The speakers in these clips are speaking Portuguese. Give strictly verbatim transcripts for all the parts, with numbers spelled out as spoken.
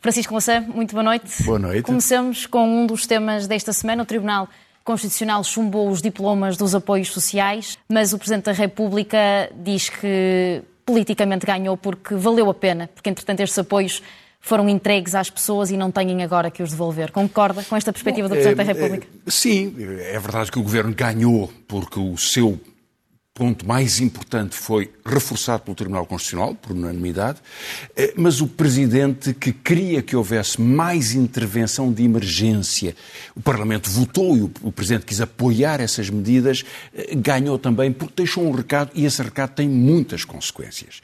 Francisco Louçã, muito boa noite. Boa noite. Começamos com um dos temas desta semana. O Tribunal Constitucional chumbou os diplomas dos apoios sociais, mas o Presidente da República diz que politicamente ganhou porque valeu a pena, porque entretanto estes apoios foram entregues às pessoas e não têm agora que os devolver. Concorda com esta perspectiva Bom, do Presidente é, da República? É, sim, é verdade que o Governo ganhou porque o seu ponto mais importante foi reforçado pelo Tribunal Constitucional, por unanimidade, mas o Presidente, que queria que houvesse mais intervenção de emergência, o Parlamento votou e o Presidente quis apoiar essas medidas, ganhou também porque deixou um recado e esse recado tem muitas consequências.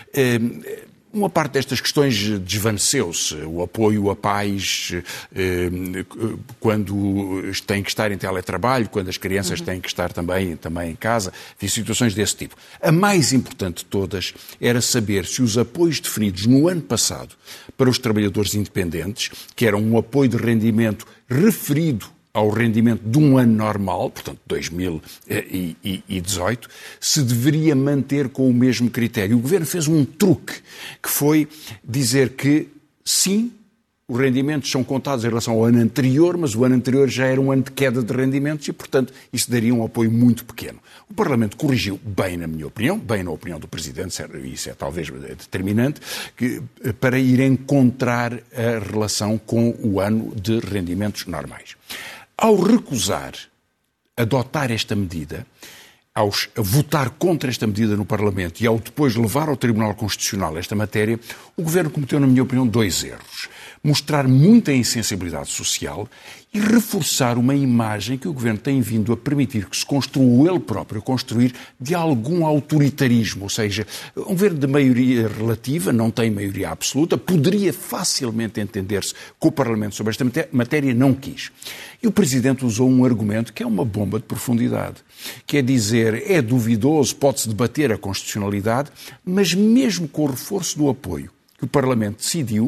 Uma parte destas questões desvaneceu-se. O apoio a pais eh, quando têm que estar em teletrabalho, quando as crianças uhum. têm que estar também, também em casa, enfim, situações desse tipo. A mais importante de todas era saber se os apoios definidos no ano passado para os trabalhadores independentes, que eram um apoio de rendimento referido ao rendimento de um ano normal, portanto dois mil e dezoito, se deveria manter com o mesmo critério. O Governo fez um truque, que foi dizer que sim, os rendimentos são contados em relação ao ano anterior, mas o ano anterior já era um ano de queda de rendimentos e, portanto, isso daria um apoio muito pequeno. O Parlamento corrigiu bem, na minha opinião, bem na opinião do Presidente, isso é talvez determinante, que, para ir encontrar a relação com o ano de rendimentos normais. Ao recusar adotar esta medida, ao votar contra esta medida no Parlamento e ao depois levar ao Tribunal Constitucional esta matéria, o Governo cometeu, na minha opinião, dois erros. Mostrar muita insensibilidade social e reforçar uma imagem que o Governo tem vindo a permitir que se construa ele próprio, construir de algum autoritarismo, ou seja, um Governo de maioria relativa, não tem maioria absoluta, poderia facilmente entender-se com o Parlamento sobre esta matéria, não quis. E o Presidente usou um argumento que é uma bomba de profundidade, que é dizer, é duvidoso, pode-se debater a constitucionalidade, mas mesmo com o reforço do apoio que o Parlamento decidiu,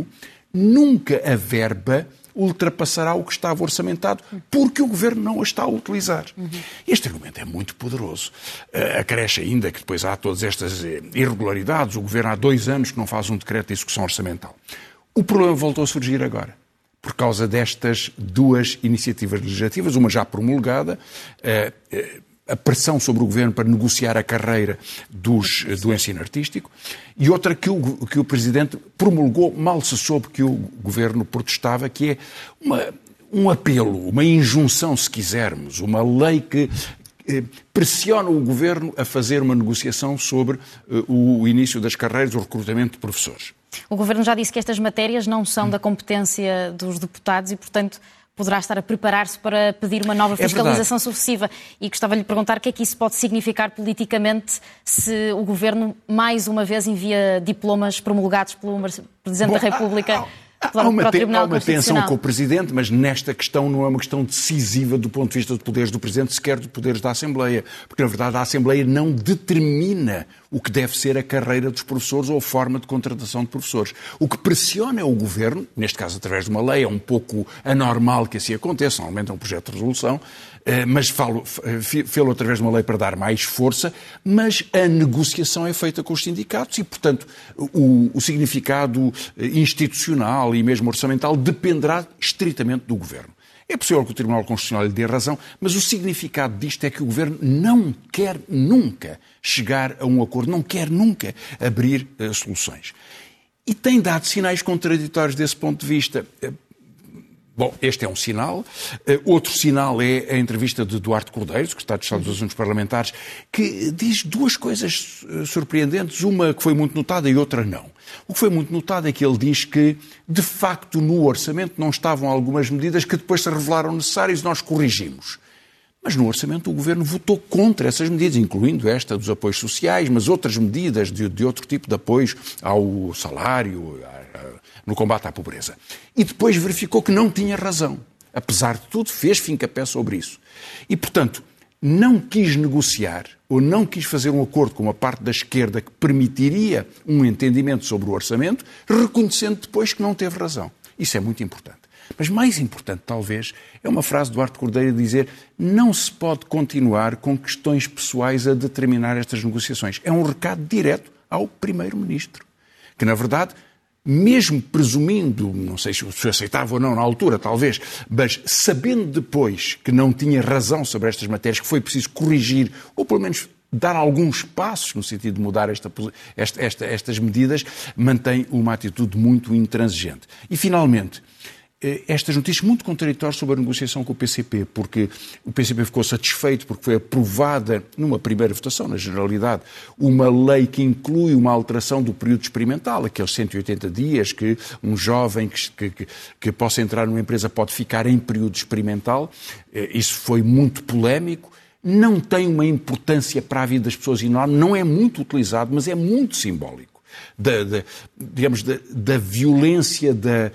nunca a verba ultrapassará o que estava orçamentado, porque o Governo não a está a utilizar. Uhum. Este argumento é muito poderoso. Uh, acresce ainda que depois há todas estas irregularidades. O Governo há dois anos que não faz um decreto de execução orçamental. O problema voltou a surgir agora, por causa destas duas iniciativas legislativas, uma já promulgada, uh, uh, a pressão sobre o Governo para negociar a carreira dos, do ensino artístico, e outra que o, que o Presidente promulgou, mal se soube que o Governo protestava, que é uma, um apelo, uma injunção, se quisermos, uma lei que eh, pressiona o Governo a fazer uma negociação sobre eh, o início das carreiras, o recrutamento de professores. O Governo já disse que estas matérias não são da competência dos deputados e, portanto, poderá estar a preparar-se para pedir uma nova fiscalização é sucessiva. E gostava-lhe de perguntar o que é que isso pode significar politicamente se o Governo, mais uma vez, envia diplomas promulgados pelo Presidente Bom, da República há, para, há uma, para o Tribunal há uma Constitucional. tensão com o Presidente, mas nesta questão não é uma questão decisiva do ponto de vista de poderes do Presidente, sequer de poderes da Assembleia. Porque, na verdade, a Assembleia não determina o que deve ser a carreira dos professores ou a forma de contratação de professores. O que pressiona é o Governo, neste caso através de uma lei, é um pouco anormal que assim aconteça, normalmente é um projeto de resolução, mas falo, fê-lo através de uma lei para dar mais força, mas a negociação é feita com os sindicatos e, portanto, o, o significado institucional e mesmo orçamental dependerá estritamente do Governo. É possível que o Tribunal Constitucional lhe dê razão, mas o significado disto é que o Governo não quer nunca chegar a um acordo, não quer nunca abrir uh, soluções. E tem dado sinais contraditórios desse ponto de vista. Uh, Bom, este é um sinal. Uh, outro sinal é a entrevista de Duarte Cordeiro, secretário de Estado dos Assuntos Parlamentares, que diz duas coisas uh, surpreendentes, uma que foi muito notada e outra não. O que foi muito notado é que ele diz que, de facto, no orçamento não estavam algumas medidas que depois se revelaram necessárias e nós corrigimos. Mas no orçamento o Governo votou contra essas medidas, incluindo esta dos apoios sociais, mas outras medidas de, de outro tipo de apoios ao salário, a, a, no combate à pobreza. E depois verificou que não tinha razão. Apesar de tudo, fez fincapé sobre isso. E, portanto, não quis negociar ou não quis fazer um acordo com uma parte da esquerda que permitiria um entendimento sobre o orçamento, reconhecendo depois que não teve razão. Isso é muito importante. Mas mais importante, talvez, é uma frase de Duarte Cordeiro a dizer: não se pode continuar com questões pessoais a determinar estas negociações. É um recado direto ao Primeiro-Ministro, que, na verdade, mesmo presumindo, não sei se aceitava ou não na altura, talvez, mas sabendo depois que não tinha razão sobre estas matérias, que foi preciso corrigir, ou pelo menos dar alguns passos no sentido de mudar esta, esta, esta, estas medidas, mantém uma atitude muito intransigente. E, finalmente, estas notícias muito contraditórias sobre a negociação com o P C P, porque o P C P ficou satisfeito porque foi aprovada, numa primeira votação, na generalidade, uma lei que inclui uma alteração do período experimental, aqueles cento e oitenta dias que um jovem que, que, que possa entrar numa empresa pode ficar em período experimental. Isso foi muito polémico. Não tem uma importância para a vida das pessoas enorme, não é muito utilizado, mas é muito simbólico. Da, da, digamos, da, da violência, da,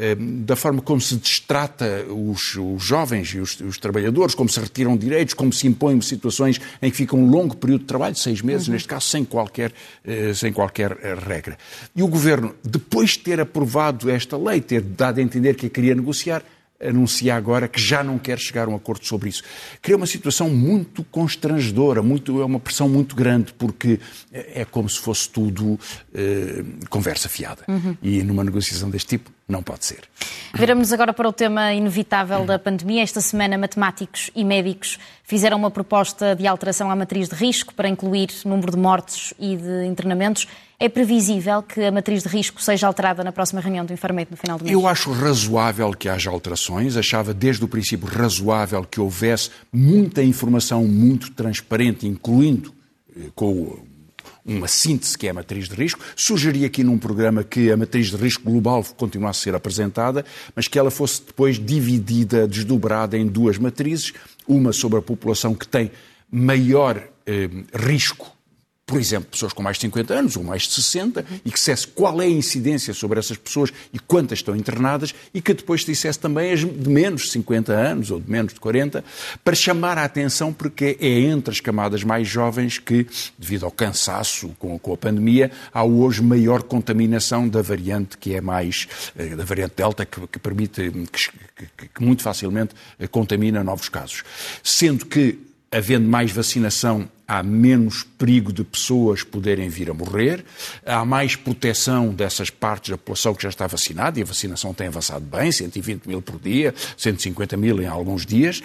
da forma como se destrata os, os jovens e os, os trabalhadores, como se retiram direitos, como se impõem situações em que fica um longo período de trabalho, seis meses, uhum. neste caso, sem qualquer, sem qualquer regra. E o Governo, depois de ter aprovado esta lei, ter dado a entender que a queria negociar, anuncia agora que já não quer chegar a um acordo sobre isso. Cria uma situação muito constrangedora, muito, é uma pressão muito grande, porque é como se fosse tudo eh, conversa fiada. Uhum. E numa negociação deste tipo não pode ser. Viramos agora para o tema inevitável da pandemia. Esta semana, matemáticos e médicos fizeram uma proposta de alteração à matriz de risco para incluir número de mortes e de internamentos. É previsível que a matriz de risco seja alterada na próxima reunião do Infarmed no final do mês? Eu acho razoável que haja alterações. Achava desde o princípio razoável que houvesse muita informação muito transparente, incluindo com uma síntese que é a matriz de risco. Sugeri aqui num programa que a matriz de risco global continuasse a ser apresentada, mas que ela fosse depois dividida, desdobrada em duas matrizes, uma sobre a população que tem maior eh, risco, por exemplo, pessoas com mais de cinquenta anos ou mais de sessenta, e que dissesse qual é a incidência sobre essas pessoas e quantas estão internadas, e que depois dissesse também as de menos de cinquenta anos ou de menos de quarenta, para chamar a atenção, porque é entre as camadas mais jovens que, devido ao cansaço com, com a pandemia, há hoje maior contaminação da variante que é mais, da variante Delta, que, que permite, que, que, que muito facilmente contamina novos casos. Sendo que, havendo mais vacinação, há menos perigo de pessoas poderem vir a morrer, há mais proteção dessas partes da população que já está vacinada, e a vacinação tem avançado bem, cento e vinte mil por dia, cento e cinquenta mil em alguns dias,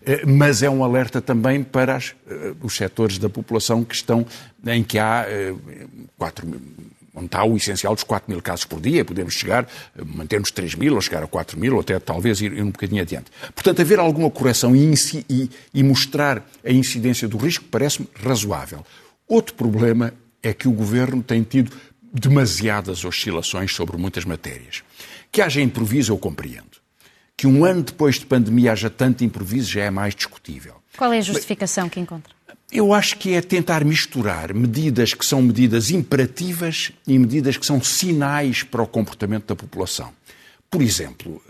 mas é um alerta também para as, os setores da população que estão, em que há quatro mil, onde está o essencial dos quatro mil casos por dia, podemos chegar, mantermos três mil, ou chegar a quatro mil, ou até talvez ir, ir um bocadinho adiante. Portanto, haver alguma correção e, e, e mostrar a incidência do risco parece-me razoável. Outro problema é que o Governo tem tido demasiadas oscilações sobre muitas matérias. Que haja improviso, eu compreendo. Que um ano depois de pandemia haja tanto improviso já é mais discutível. Qual é a justificação Mas, que encontra? Eu acho que é tentar misturar medidas que são medidas imperativas e medidas que são sinais para o comportamento da população. Por exemplo,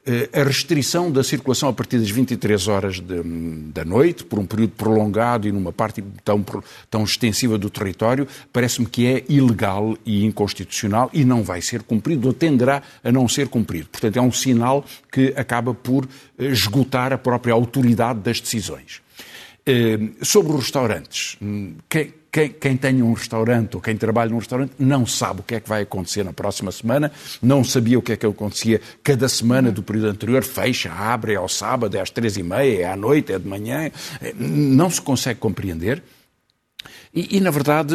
a restrição da circulação a partir das vinte e três horas de, da noite, por um período prolongado e numa parte tão, tão extensiva do território, parece-me que é ilegal e inconstitucional e não vai ser cumprido, ou tenderá a não ser cumprido. Portanto, é um sinal que acaba por esgotar a própria autoridade das decisões. Sobre os restaurantes, quem, quem, quem tem um restaurante ou quem trabalha num restaurante não sabe o que é que vai acontecer na próxima semana, não sabia o que é que acontecia cada semana do período anterior, fecha, abre, é ao sábado, é às três e meia, é à noite, é de manhã, não se consegue compreender e, e na verdade,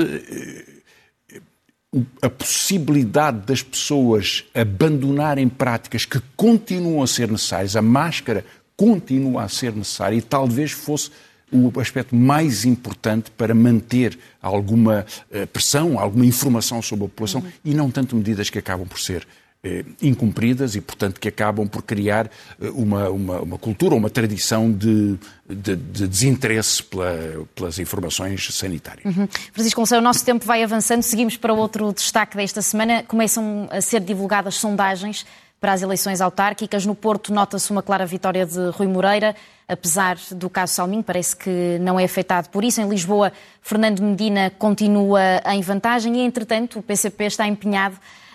a possibilidade das pessoas abandonarem práticas que continuam a ser necessárias, a máscara continua a ser necessária e talvez fosse o aspecto mais importante para manter alguma uh, pressão, alguma informação sobre a população, uhum. e não tanto medidas que acabam por ser uh, incumpridas e, portanto, que acabam por criar uh, uma, uma, uma cultura, uma tradição de, de, de desinteresse pela, pelas informações sanitárias. Uhum. Francisco Louçã, o nosso tempo vai avançando, seguimos para outro destaque desta semana. Começam a ser divulgadas sondagens para as eleições autárquicas. No Porto nota-se uma clara vitória de Rui Moreira, apesar do caso Salminho, parece que não é afetado por isso. Em Lisboa, Fernando Medina continua em vantagem e, entretanto, o P C P está empenhado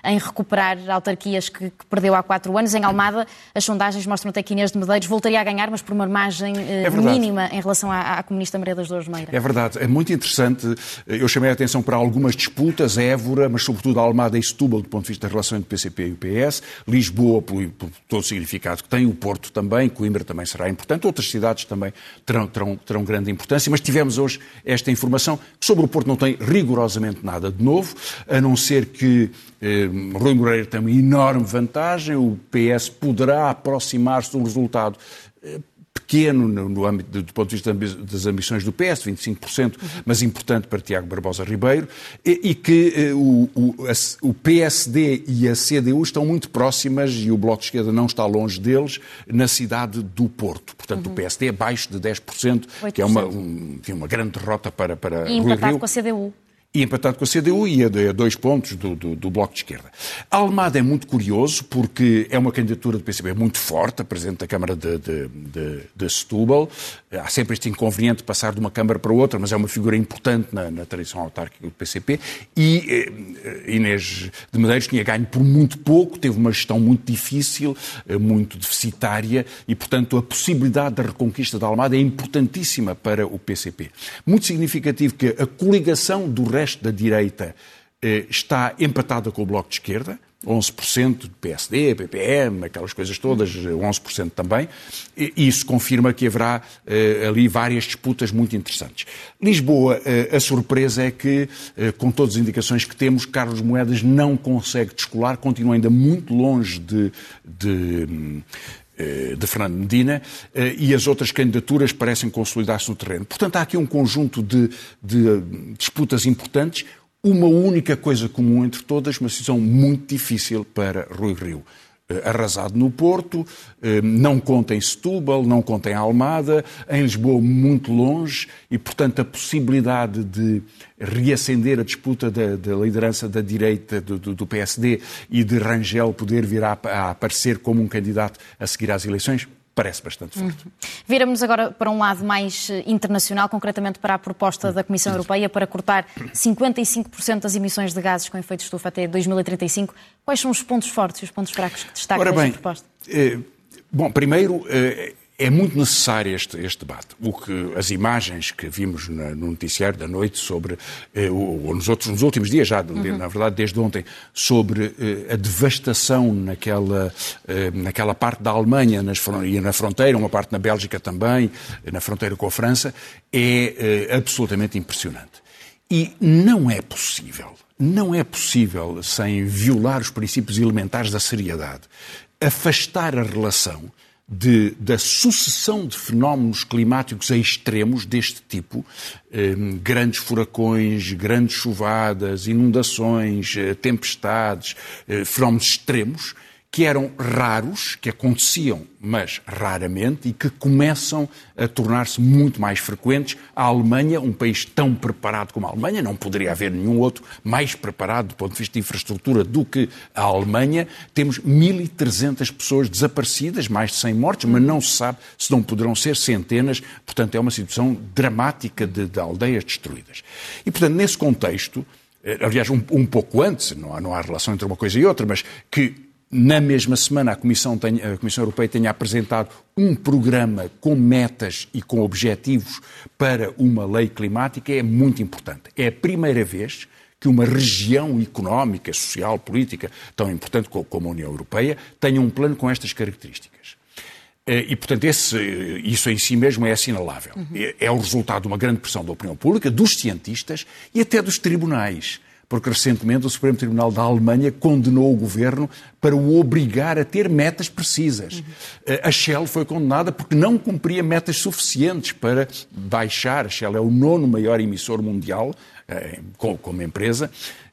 em recuperar autarquias que, que perdeu há quatro anos. Em Almada, as sondagens mostram até que Inês de Medeiros voltaria a ganhar, mas por uma margem eh, é mínima em relação à, à comunista Maria das Dores Meira. É verdade, é muito interessante. Eu chamei a atenção para algumas disputas, Évora, mas sobretudo Almada e Setúbal, do ponto de vista da relação entre o P C P e o P S, Lisboa, por, por todo o significado que tem, o Porto também, Coimbra também será importante, outras cidades também terão, terão, terão grande importância, mas tivemos hoje esta informação que sobre o Porto não tem rigorosamente nada de novo, a não ser que eh, Rui Moreira tem uma enorme vantagem, o P S poderá aproximar-se de um resultado eh, pequeno no, no âmbito do ponto de vista das ambições do P S, vinte e cinco por cento, uhum. mas importante para Tiago Barbosa Ribeiro, e, e que eh, o, o, a, o P S D e a C D U estão muito próximas e o Bloco de Esquerda não está longe deles na cidade do Porto. Portanto, uhum. o P S D é abaixo de dez por cento, oito por cento. Que é uma, um, uma grande derrota para, para e Rui empatado Rio. Com a C D U. E empatado com a C D U e a dois pontos do, do, do Bloco de Esquerda. A Almada é muito curioso porque é uma candidatura do P C P muito forte, a Presidente da Câmara de, de, de, de Setúbal. Há sempre este inconveniente de passar de uma Câmara para outra, mas é uma figura importante na, na tradição autárquica do P C P. E eh, Inês de Medeiros tinha ganho por muito pouco, teve uma gestão muito difícil, eh, muito deficitária e, portanto, a possibilidade da reconquista da Almada é importantíssima para o P C P. Muito significativo que a coligação do resto da direita eh, está empatada com o Bloco de Esquerda, onze por cento do P S D, P P M, aquelas coisas todas, onze por cento também. E isso confirma que haverá eh, ali várias disputas muito interessantes. Lisboa, eh, a surpresa é que, eh, com todas as indicações que temos, Carlos Moedas não consegue descolar, continua ainda muito longe de... de de Fernando Medina, e as outras candidaturas parecem consolidar-se no terreno. Portanto, há aqui um conjunto de, de disputas importantes, uma única coisa comum entre todas, uma situação muito difícil para Rui Rio. Arrasado no Porto, não conta em Setúbal, não conta em Almada, em Lisboa muito longe e, portanto, a possibilidade de reacender a disputa da, da liderança da direita do, do, do P S D e de Rangel poder vir a, a aparecer como um candidato a seguir às eleições, parece bastante forte. Uhum. Viramos agora para um lado mais internacional, concretamente para a proposta da Comissão Europeia para cortar cinquenta e cinco por cento das emissões de gases com efeito de estufa até dois mil e trinta e cinco. Quais são os pontos fortes e os pontos fracos que destacam nesta proposta? Eh, bom, primeiro, eh, é muito necessário este, este debate. O que, as imagens que vimos na, no noticiário da noite sobre, eh, ou nos, outros, nos últimos dias já, uhum. na verdade desde ontem, sobre eh, a devastação naquela, eh, naquela parte da Alemanha nas, e na fronteira, uma parte na Bélgica também, na fronteira com a França, é eh, absolutamente impressionante. E não é possível, não é possível, sem violar os princípios elementares da seriedade, afastar a relação De, da sucessão de fenómenos climáticos extremos deste tipo, eh, grandes furacões, grandes chuvadas, inundações, eh, tempestades, eh, fenómenos extremos, que eram raros, que aconteciam, mas raramente, e que começam a tornar-se muito mais frequentes. A Alemanha, um país tão preparado como a Alemanha, não poderia haver nenhum outro mais preparado do ponto de vista de infraestrutura do que a Alemanha. Temos mil e trezentas pessoas desaparecidas, mais de cem mortes, mas não se sabe se não poderão ser centenas. Portanto, é uma situação dramática de, de aldeias destruídas. E, portanto, nesse contexto, aliás, um, um pouco antes, não há, não há relação entre uma coisa e outra, mas que na mesma semana a Comissão, tem, a Comissão Europeia tenha apresentado um programa com metas e com objetivos para uma lei climática é muito importante. É a primeira vez que uma região económica, social, política tão importante como a União Europeia tenha um plano com estas características. E, portanto, esse, isso em si mesmo é assinalável. Uhum. É, é o resultado de uma grande pressão da opinião pública, dos cientistas e até dos tribunais. Porque recentemente o Supremo Tribunal da Alemanha condenou o governo para o obrigar a ter metas precisas. Uhum. A Shell foi condenada porque não cumpria metas suficientes para baixar. A Shell é o nono maior emissor mundial, como empresa.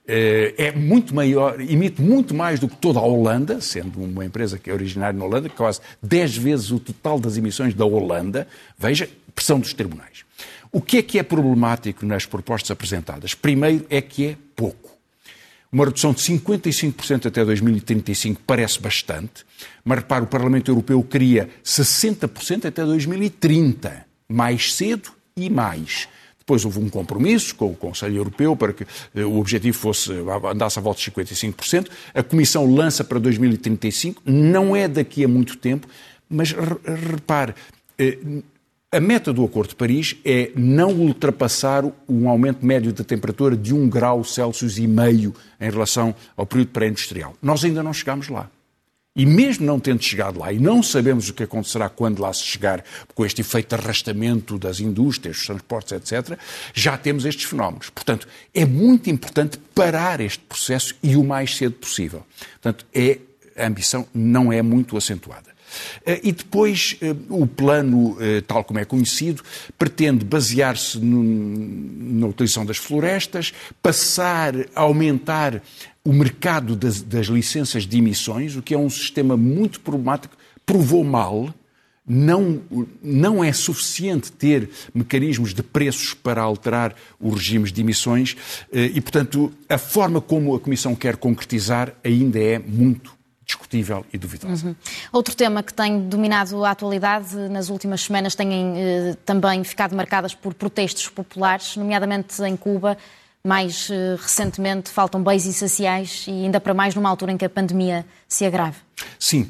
É muito maior, emite muito mais do que toda a Holanda, sendo uma empresa que é originária na Holanda, quase dez vezes o total das emissões da Holanda. Veja, pressão dos tribunais. O que é que é problemático nas propostas apresentadas? Primeiro é que é pouco. Uma redução de cinquenta e cinco por cento até dois mil e trinta e cinco parece bastante, mas repare, o Parlamento Europeu queria sessenta por cento até dois mil e trinta, mais cedo e mais. Depois houve um compromisso com o Conselho Europeu para que o objetivo fosse, andasse à volta de cinquenta e cinco por cento. A Comissão lança para dois mil e trinta e cinco, não é daqui a muito tempo, mas repare, a meta do Acordo de Paris é não ultrapassar um aumento médio da temperatura de um grau Celsius e meio em relação ao período pré-industrial. Nós ainda não chegámos lá. E mesmo não tendo chegado lá, e não sabemos o que acontecerá quando lá se chegar, com este efeito de arrastamento das indústrias, dos transportes, etcétera, já temos estes fenómenos. Portanto, é muito importante parar este processo e o mais cedo possível. Portanto, é, a ambição não é muito acentuada. E depois, o plano, tal como é conhecido, pretende basear-se na utilização das florestas, passar a aumentar o mercado das, das licenças de emissões, o que é um sistema muito problemático, provou mal, não, não é suficiente ter mecanismos de preços para alterar os regimes de emissões e, portanto, a forma como a Comissão quer concretizar ainda é muito discutível e duvidosa. Uhum. Outro tema que tem dominado a atualidade nas últimas semanas têm eh, também ficado marcadas por protestos populares, nomeadamente em Cuba. Mais eh, recentemente faltam bens essenciais e ainda para mais numa altura em que a pandemia se agrava. Sim,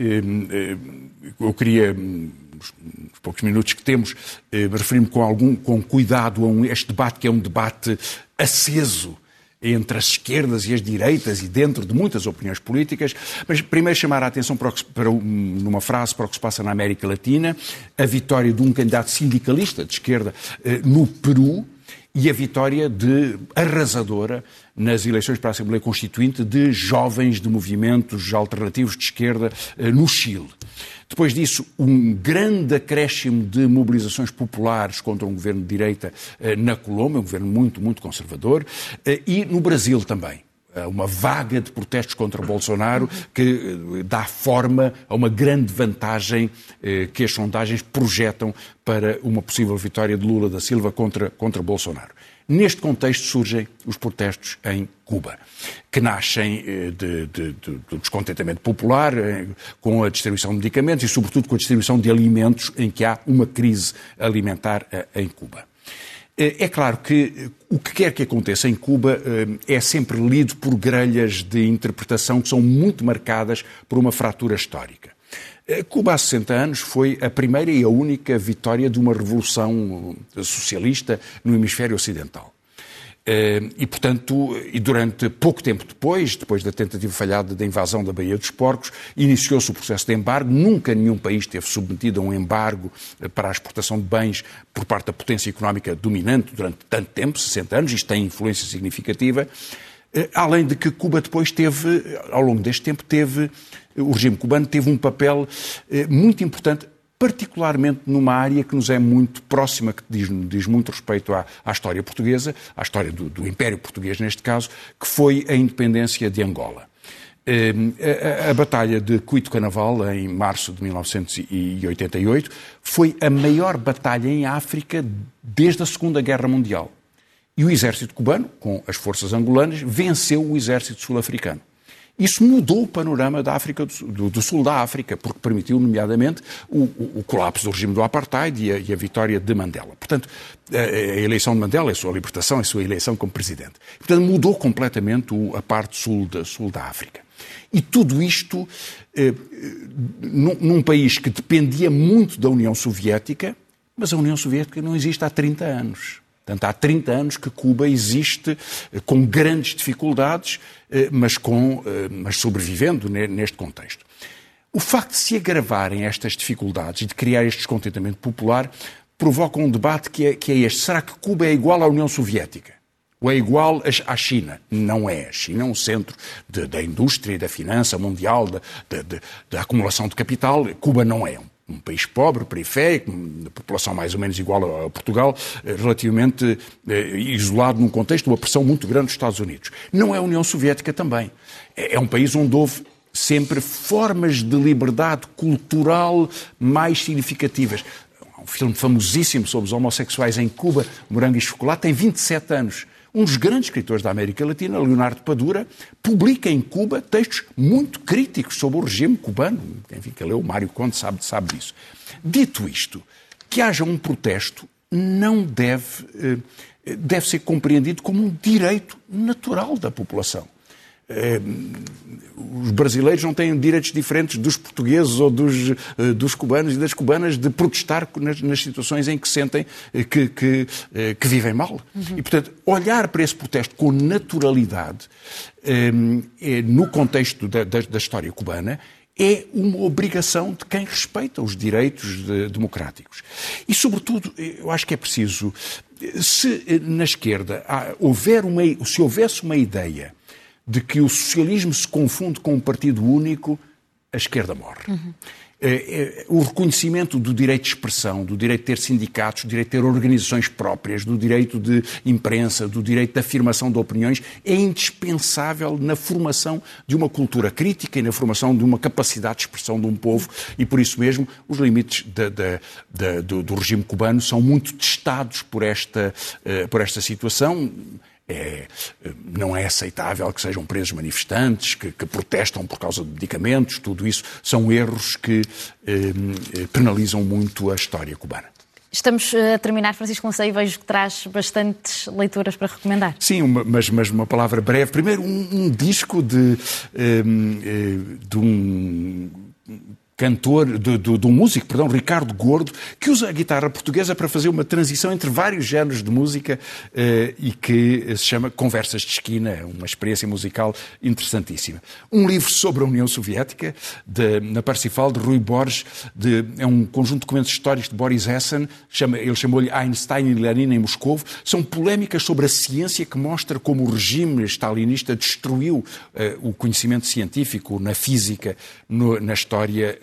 eu queria, nos poucos minutos que temos, referir-me com algum com cuidado a este debate que é um debate aceso entre as esquerdas e as direitas e dentro de muitas opiniões políticas, mas primeiro chamar a atenção para, o que, para numa frase para o que se passa na América Latina, a vitória de um candidato sindicalista de esquerda eh, no Peru e a vitória de, arrasadora nas eleições para a Assembleia Constituinte de jovens de movimentos alternativos de esquerda eh, no Chile. Depois disso, um grande acréscimo de mobilizações populares contra um governo de direita eh, na Colômbia, um governo muito, muito conservador, eh, e no Brasil também. Uma vaga de protestos contra Bolsonaro que dá forma a uma grande vantagem eh, que as sondagens projetam para uma possível vitória de Lula da Silva contra, contra Bolsonaro. Neste contexto surgem os protestos em Cuba, que nascem de, de, de, do descontentamento popular com a distribuição de medicamentos e, sobretudo, com a distribuição de alimentos em que há uma crise alimentar em Cuba. É claro que o que quer que aconteça em Cuba é sempre lido por grelhas de interpretação que são muito marcadas por uma fratura histórica. Cuba, há sessenta anos, foi a primeira e a única vitória de uma revolução socialista no hemisfério ocidental. E, portanto, e durante pouco tempo depois, depois da tentativa falhada da invasão da Baía dos Porcos, iniciou-se o processo de embargo. Nunca nenhum país esteve submetido a um embargo para a exportação de bens por parte da potência económica dominante durante tanto tempo, sessenta anos. Isto tem influência significativa. Além de que Cuba depois teve, ao longo deste tempo, teve, o regime cubano teve um papel muito importante, particularmente numa área que nos é muito próxima, que diz, diz muito respeito à, à história portuguesa, à história do, do Império Português neste caso, que foi a independência de Angola. A, a, a Batalha de Cuito Canaval, em março de mil novecentos e oitenta e oito, foi a maior batalha em África desde a Segunda Guerra Mundial. E o exército cubano, com as forças angolanas, venceu o exército sul-africano. Isso mudou o panorama da África do, do, do sul da África, porque permitiu, nomeadamente, o, o, o colapso do regime do apartheid e a, e a vitória de Mandela. Portanto, a, a eleição de Mandela, a sua libertação, a sua eleição como presidente. Portanto, mudou completamente o, a parte sul da, sul da África. E tudo isto eh, num, num país que dependia muito da União Soviética, mas a União Soviética não existe há trinta anos. Portanto, há trinta anos que Cuba existe com grandes dificuldades, mas, com, mas sobrevivendo neste contexto. O facto de se agravarem estas dificuldades e de criar este descontentamento popular provoca um debate que é, que é este. Será que Cuba é igual à União Soviética? Ou é igual à China? Não é. A China é um centro de, da indústria e da finança mundial, da, da, da acumulação de capital. Cuba não é. Um país pobre, periférico, de população mais ou menos igual a Portugal, relativamente eh, isolado num contexto de uma pressão muito grande dos Estados Unidos. Não é a União Soviética também. É, é um país onde houve sempre formas de liberdade cultural mais significativas. Um filme famosíssimo sobre os homossexuais em Cuba, Morango e Chocolate, tem vinte e sete anos. Um dos grandes escritores da América Latina, Leonardo Padura, publica em Cuba textos muito críticos sobre o regime cubano. Enfim, quem leu o Mário Conde sabe, sabe disso. Dito isto, que haja um protesto não deve, deve ser compreendido como um direito natural da população. Os brasileiros não têm direitos diferentes dos portugueses ou dos, dos cubanos e das cubanas de protestar nas, nas situações em que sentem que, que, que vivem mal. Uhum. E, portanto, olhar para esse protesto com naturalidade no contexto da, da, da história cubana é uma obrigação de quem respeita os direitos de, democráticos. E, sobretudo, eu acho que é preciso, se na esquerda houver uma, se houvesse uma ideia de que o socialismo se confunde com um partido único, a esquerda morre. Uhum. O reconhecimento do direito de expressão, do direito de ter sindicatos, do direito de ter organizações próprias, do direito de imprensa, do direito de afirmação de opiniões, é indispensável na formação de uma cultura crítica e na formação de uma capacidade de expressão de um povo, e por isso mesmo os limites da, da, da, do, do regime cubano são muito testados por esta, por esta situação. É, não é aceitável que sejam presos manifestantes, que, que protestam por causa de medicamentos, tudo isso são erros que eh, penalizam muito a história cubana. Estamos a terminar, Francisco Louçã, e vejo que traz bastantes leituras para recomendar. Sim, uma, mas, mas uma palavra breve. Primeiro, um, um disco de, eh, de um cantor, de, de, de um músico, perdão, Ricardo Gordo, que usa a guitarra portuguesa para fazer uma transição entre vários géneros de música eh, e que se chama Conversas de Esquina, uma experiência musical interessantíssima. Um livro sobre a União Soviética, de, na Parsifal, de Rui Borges, de, é um conjunto de documentos históricos de Boris Hessen, chama, ele chamou-lhe Einstein e Lenin em Moscou. São polémicas sobre a ciência que mostra como o regime stalinista destruiu eh, o conhecimento científico na física, no, na história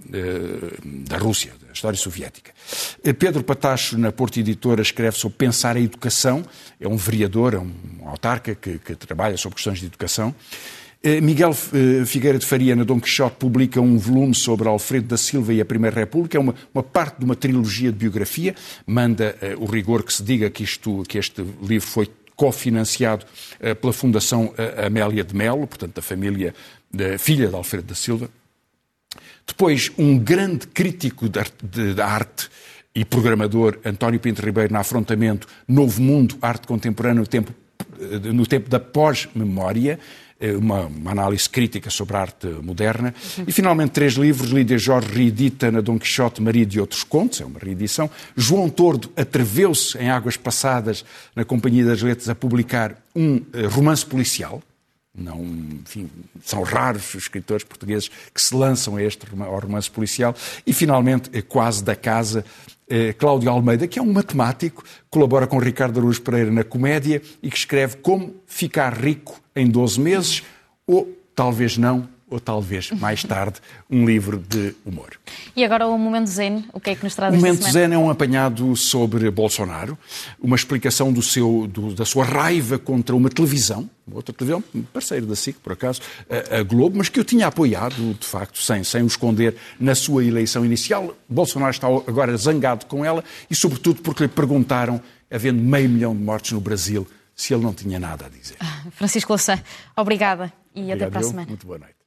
da Rússia, da história soviética. Pedro Patacho, na Porto Editora, escreve sobre pensar a educação. É um vereador, é um autarca que, que trabalha sobre questões de educação. Miguel Figueira de Faria, na Dom Quixote, publica um volume sobre Alfredo da Silva e a Primeira República. É uma, uma parte de uma trilogia de biografia. Manda uh, o rigor que se diga que, isto, que este livro foi cofinanciado uh, pela Fundação Amélia de Melo, portanto, da família, da filha de Alfredo da Silva. Depois, um grande crítico da arte e programador, António Pinto Ribeiro, na Afrontamento, Novo Mundo, Arte Contemporânea no tempo, no tempo da pós-memória, uma, uma análise crítica sobre a arte moderna. Uhum. E, finalmente, três livros. Lídia Jorge reedita na Dom Quixote, Maria de Outros Contos, é uma reedição. João Tordo atreveu-se, em Águas Passadas, na Companhia das Letras, a publicar um romance policial. Não, enfim, são raros os escritores portugueses que se lançam a este ao romance policial. E, finalmente, Quase da Casa, eh, Cláudio Almeida, que é um matemático, colabora com Ricardo Araújo Pereira na comédia e que escreve Como Ficar Rico em doze meses, ou talvez não, ou talvez mais tarde, um livro de humor. E agora o Momento Zen, o que é que nos traz esta semana? O Momento Zen é um apanhado sobre Bolsonaro, uma explicação do seu, do, da sua raiva contra uma televisão, outra televisão, parceiro da S I C, por acaso, a, a Globo, mas que eu tinha apoiado, de facto, sem, sem o esconder, na sua eleição inicial. Bolsonaro está agora zangado com ela e, sobretudo, porque lhe perguntaram, havendo meio milhão de mortes no Brasil, se ele não tinha nada a dizer. Francisco Louçã, obrigada e Obrigado, até para a eu. semana. Muito boa noite.